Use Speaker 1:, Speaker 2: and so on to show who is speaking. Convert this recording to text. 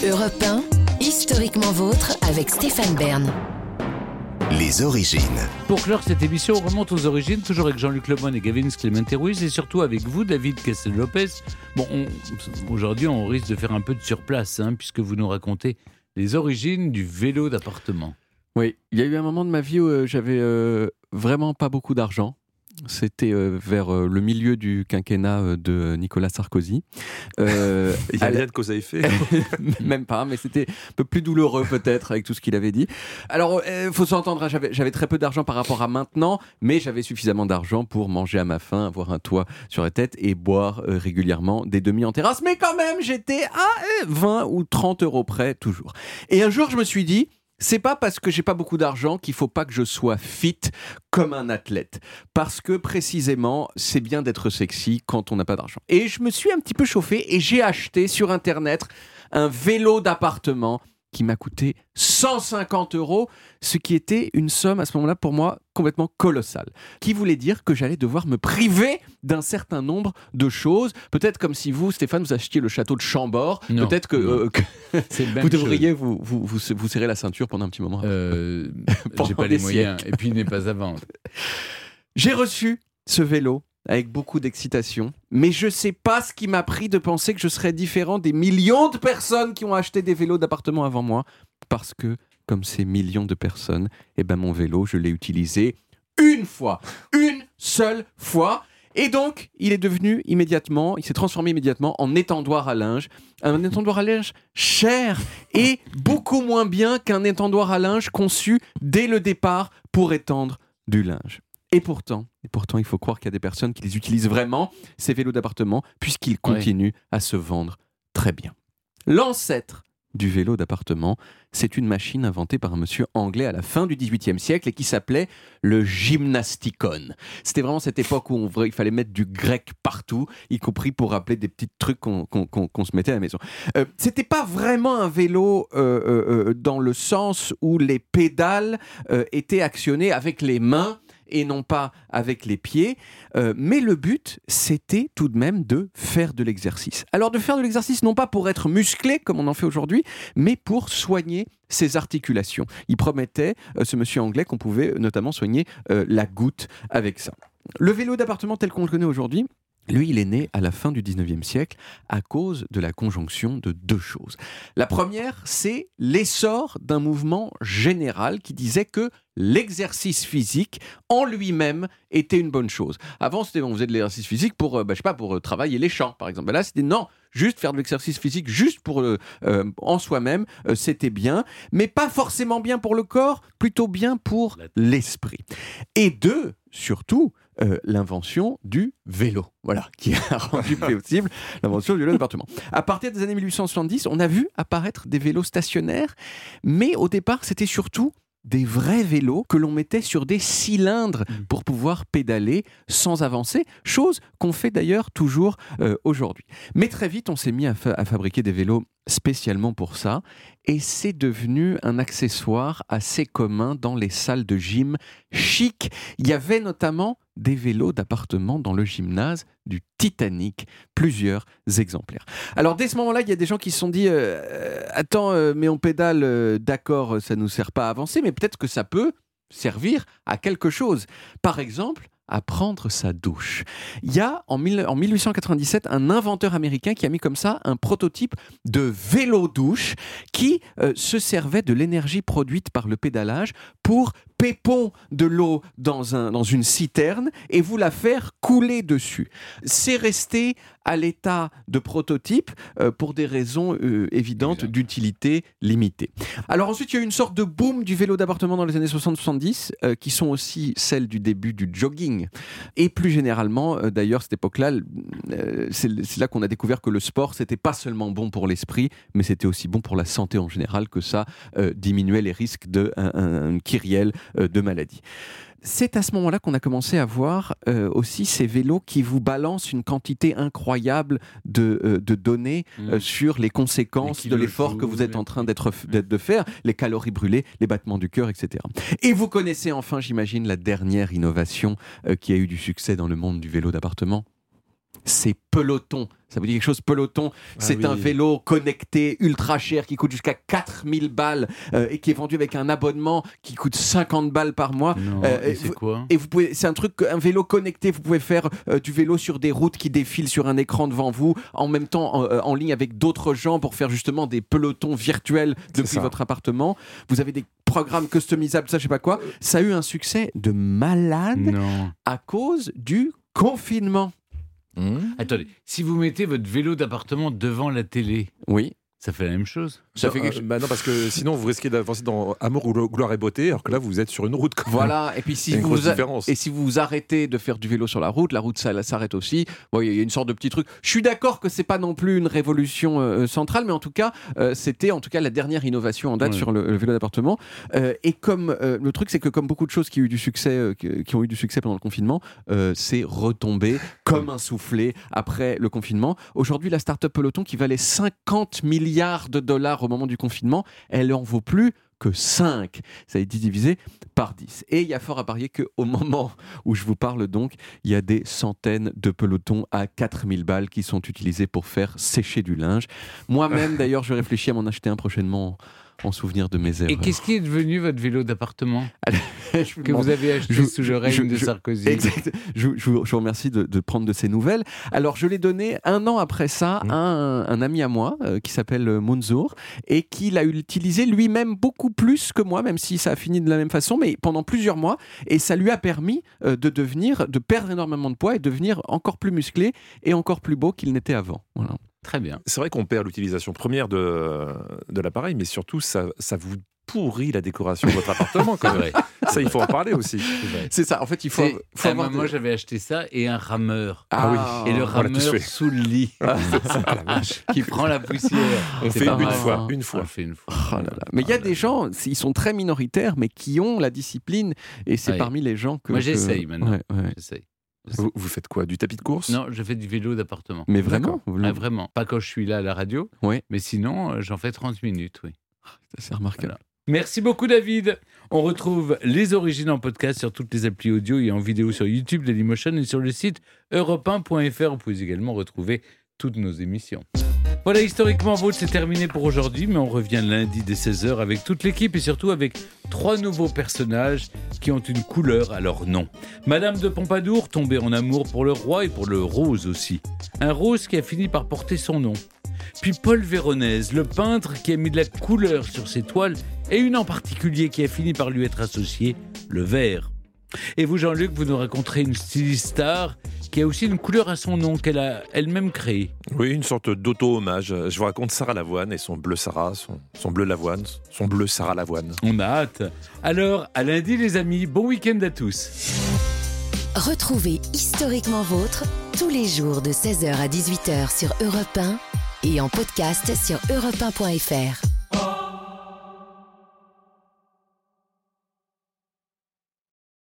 Speaker 1: Europe 1, historiquement vôtre avec Stéphane Bern.
Speaker 2: Les origines.
Speaker 3: Pour clore cette émission, on remonte aux origines, toujours avec Jean-Luc Lemoyne et Gavin Clemente Ruiz, et surtout avec vous, David Castel-Lopez. Bon, aujourd'hui, on risque de faire un peu de surplace, puisque vous nous racontez les origines du vélo d'appartement.
Speaker 4: Oui, il y a eu un moment de ma vie où j'avais vraiment pas beaucoup d'argent. C'était vers le milieu du quinquennat de Nicolas Sarkozy.
Speaker 5: Il y a rien de cause à effet.
Speaker 4: Même pas, mais c'était un peu plus douloureux peut-être avec tout ce qu'il avait dit. Alors, faut s'entendre, j'avais très peu d'argent par rapport à maintenant, mais j'avais suffisamment d'argent pour manger à ma faim, avoir un toit sur la tête et boire régulièrement des demi en terrasse. Mais quand même, j'étais à 20 ou 30 euros près, toujours. Et un jour, je me suis dit, c'est pas parce que j'ai pas beaucoup d'argent qu'il faut pas que je sois fit comme un athlète. Parce que précisément, c'est bien d'être sexy quand on n'a pas d'argent. Et je me suis un petit peu chauffé et j'ai acheté sur Internet un vélo d'appartement qui m'a coûté 150 €, ce qui était une somme à ce moment-là pour moi complètement colossale. Qui voulait dire que j'allais devoir me priver d'un certain nombre de choses. Peut-être comme si vous, Stéphane, vous achetiez le château de Chambord.
Speaker 3: Non,
Speaker 4: peut-être que
Speaker 3: c'est
Speaker 4: vous devriez vous serrer la ceinture pendant un petit moment.
Speaker 3: J'ai pas les moyens, et puis il n'est pas à vendre.
Speaker 4: J'ai reçu ce vélo avec beaucoup d'excitation, mais je sais pas ce qui m'a pris de penser que je serais différent des millions de personnes qui ont acheté des vélos d'appartement avant moi, parce que, comme ces millions de personnes, mon vélo, je l'ai utilisé une seule fois, et donc, il s'est transformé immédiatement en étendoir à linge, un étendoir à linge cher et beaucoup moins bien qu'un étendoir à linge conçu dès le départ pour étendre du linge. Et pourtant, il faut croire qu'il y a des personnes qui les utilisent vraiment, ces vélos d'appartement, puisqu'ils continuent à se vendre très bien. L'ancêtre du vélo d'appartement, c'est une machine inventée par un monsieur anglais à la fin du XVIIIe siècle et qui s'appelait le gymnasticon. C'était vraiment cette époque où il fallait mettre du grec partout, y compris pour rappeler des petits trucs qu'on se mettait à la maison. C'était pas vraiment un vélo dans le sens où les pédales étaient actionnées avec les mains et non pas avec les pieds, mais le but, c'était tout de même de faire de l'exercice. Alors de faire de l'exercice, non pas pour être musclé, comme on en fait aujourd'hui, mais pour soigner ses articulations. Il promettait, ce monsieur anglais, qu'on pouvait notamment soigner la goutte avec ça. Le vélo d'appartement tel qu'on le connaît aujourd'hui, lui, il est né à la fin du 19e siècle à cause de la conjonction de deux choses. La première, c'est l'essor d'un mouvement général qui disait que l'exercice physique en lui-même était une bonne chose. Avant, on faisait de l'exercice physique pour travailler les champs, par exemple. Là, c'était non, juste faire de l'exercice physique, juste en soi-même, c'était bien, mais pas forcément bien pour le corps, plutôt bien pour l'esprit. Et deux, surtout, l'invention du vélo, qui a rendu possible l'invention du vélo d'appartement. À partir des années 1870, on a vu apparaître des vélos stationnaires, mais au départ, c'était surtout des vrais vélos que l'on mettait sur des cylindres pour pouvoir pédaler sans avancer, chose qu'on fait d'ailleurs toujours aujourd'hui. Mais très vite, on s'est mis à fabriquer des vélos spécialement pour ça, et c'est devenu un accessoire assez commun dans les salles de gym chic. Il y avait notamment des vélos d'appartement dans le gymnase du Titanic, plusieurs exemplaires. Alors dès ce moment-là, il y a des gens qui se sont dit attends, mais on pédale, d'accord, ça nous sert pas à avancer, mais peut-être que ça peut servir à quelque chose. Par exemple, à prendre sa douche. Il y a en 1897 un inventeur américain qui a mis comme ça un prototype de vélo-douche qui se servait de l'énergie produite par le pédalage pour pépon de l'eau dans une citerne et vous la faire couler dessus. C'est resté à l'état de prototype pour des raisons évidentes d'utilité limitée. Alors ensuite, il y a eu une sorte de boom du vélo d'appartement dans les années 60-70 qui sont aussi celles du début du jogging. Et plus généralement, d'ailleurs, cette époque-là, c'est là qu'on a découvert que le sport, c'était pas seulement bon pour l'esprit, mais c'était aussi bon pour la santé en général, que ça diminuait les risques d'une kyrielle de maladie. C'est à ce moment-là qu'on a commencé à voir aussi ces vélos qui vous balancent une quantité incroyable de données sur les conséquences de l'effort que vous êtes en train de faire, les calories brûlées, les battements du cœur, etc. Et vous connaissez enfin, j'imagine, la dernière innovation qui a eu du succès dans le monde du vélo d'appartement. C'est Peloton. Ça vous dit quelque chose, Peloton? C'est un vélo connecté, ultra cher, qui coûte jusqu'à 4000 balles et qui est vendu avec un abonnement qui coûte 50 balles par mois.
Speaker 3: Non, c'est quoi?
Speaker 4: Et c'est un vélo connecté. Vous pouvez faire du vélo sur des routes qui défilent sur un écran devant vous, en même temps en ligne avec d'autres gens pour faire justement des pelotons virtuels depuis votre appartement. Vous avez des programmes customisables, ça je sais pas quoi. Ça a eu un succès de malade à cause du confinement.
Speaker 3: Attendez, si vous mettez votre vélo d'appartement devant la télé, ça fait la même chose.
Speaker 5: Non, parce que sinon vous risquez d'avancer dans Amour, gloire et beauté, alors que là vous êtes sur une route.
Speaker 4: Voilà, et puis si vous arrêtez de faire du vélo sur la route ça s'arrête aussi. Bon, il y a une sorte de petit truc. Je suis d'accord que c'est pas non plus une révolution centrale, mais en tout cas, c'était la dernière innovation en date sur le vélo d'appartement. Et comme le truc, c'est que comme beaucoup de choses qui ont eu du succès, pendant le confinement, c'est retombé comme un soufflé après le confinement. Aujourd'hui, la start-up Peloton qui valait 50 milliards de dollars au moment du confinement, elle en vaut plus que 5. Ça a été divisé par 10. Et il y a fort à parier qu'au moment où je vous parle donc, il y a des centaines de pelotons à 4000 balles qui sont utilisés pour faire sécher du linge. Moi-même, d'ailleurs, je réfléchis à m'en acheter un prochainement en souvenir de mes erreurs.
Speaker 3: Et qu'est-ce qui est devenu votre vélo d'appartement que vous avez acheté sous le règne de Sarkozy?
Speaker 4: Exact. Je vous remercie de prendre de ces nouvelles. Alors, je l'ai donné 1 an après ça à un ami à moi qui s'appelle Mounzour et qui l'a utilisé lui-même beaucoup plus que moi, même si ça a fini de la même façon, mais pendant plusieurs mois. Et ça lui a permis de perdre énormément de poids et de devenir encore plus musclé et encore plus beau qu'il n'était avant. Voilà.
Speaker 3: Très bien.
Speaker 5: C'est vrai qu'on perd l'utilisation première de l'appareil, mais surtout, ça vous pourrit la décoration de votre appartement. Quand même. Ça, il faut en parler aussi.
Speaker 4: C'est ça. En fait, il faut avoir...
Speaker 3: Moi, j'avais acheté ça et un rameur.
Speaker 4: Ah oui.
Speaker 3: Et le rameur sous le lit. Qui prend la poussière.
Speaker 5: On fait une fois.
Speaker 3: On fait une fois.
Speaker 4: Oh là là. Mais il y a des gens, ils sont très minoritaires, mais qui ont la discipline. Et c'est parmi les gens que...
Speaker 3: Moi, j'essaye maintenant. J'essaye.
Speaker 5: Vous faites quoi? Du tapis de course?
Speaker 3: Non, je fais du vélo d'appartement.
Speaker 4: Mais vraiment?
Speaker 3: Vraiment. Pas quand je suis là à la radio, mais sinon, j'en fais 30 minutes,
Speaker 4: C'est remarquable.
Speaker 3: Voilà. Merci beaucoup, David. On retrouve les origines en podcast sur toutes les applis audio et en vidéo sur YouTube, Dailymotion et sur le site europe1.fr. Vous pouvez également retrouver toutes nos émissions. Voilà, Historiquement Vôtre, c'est terminé pour aujourd'hui, mais on revient lundi dès 16h avec toute l'équipe et surtout avec 3 nouveaux personnages qui ont une couleur à leur nom. Madame de Pompadour, tombée en amour pour le roi et pour le rose aussi. Un rose qui a fini par porter son nom. Puis Paul Véronèse, le peintre qui a mis de la couleur sur ses toiles et une en particulier qui a fini par lui être associée, le vert. Et vous, Jean-Luc, vous nous raconterez une styliste star qui a aussi une couleur à son nom qu'elle a elle-même créée.
Speaker 5: Oui, une sorte d'auto-hommage. Je vous raconte Sarah Lavoine et son bleu Sarah, son bleu Lavoine, son bleu Sarah Lavoine.
Speaker 3: On a hâte. Alors, à lundi les amis, bon week-end à tous.
Speaker 1: Retrouvez Historiquement Vôtre tous les jours de 16h à 18h sur Europe 1 et en podcast sur europe1.fr.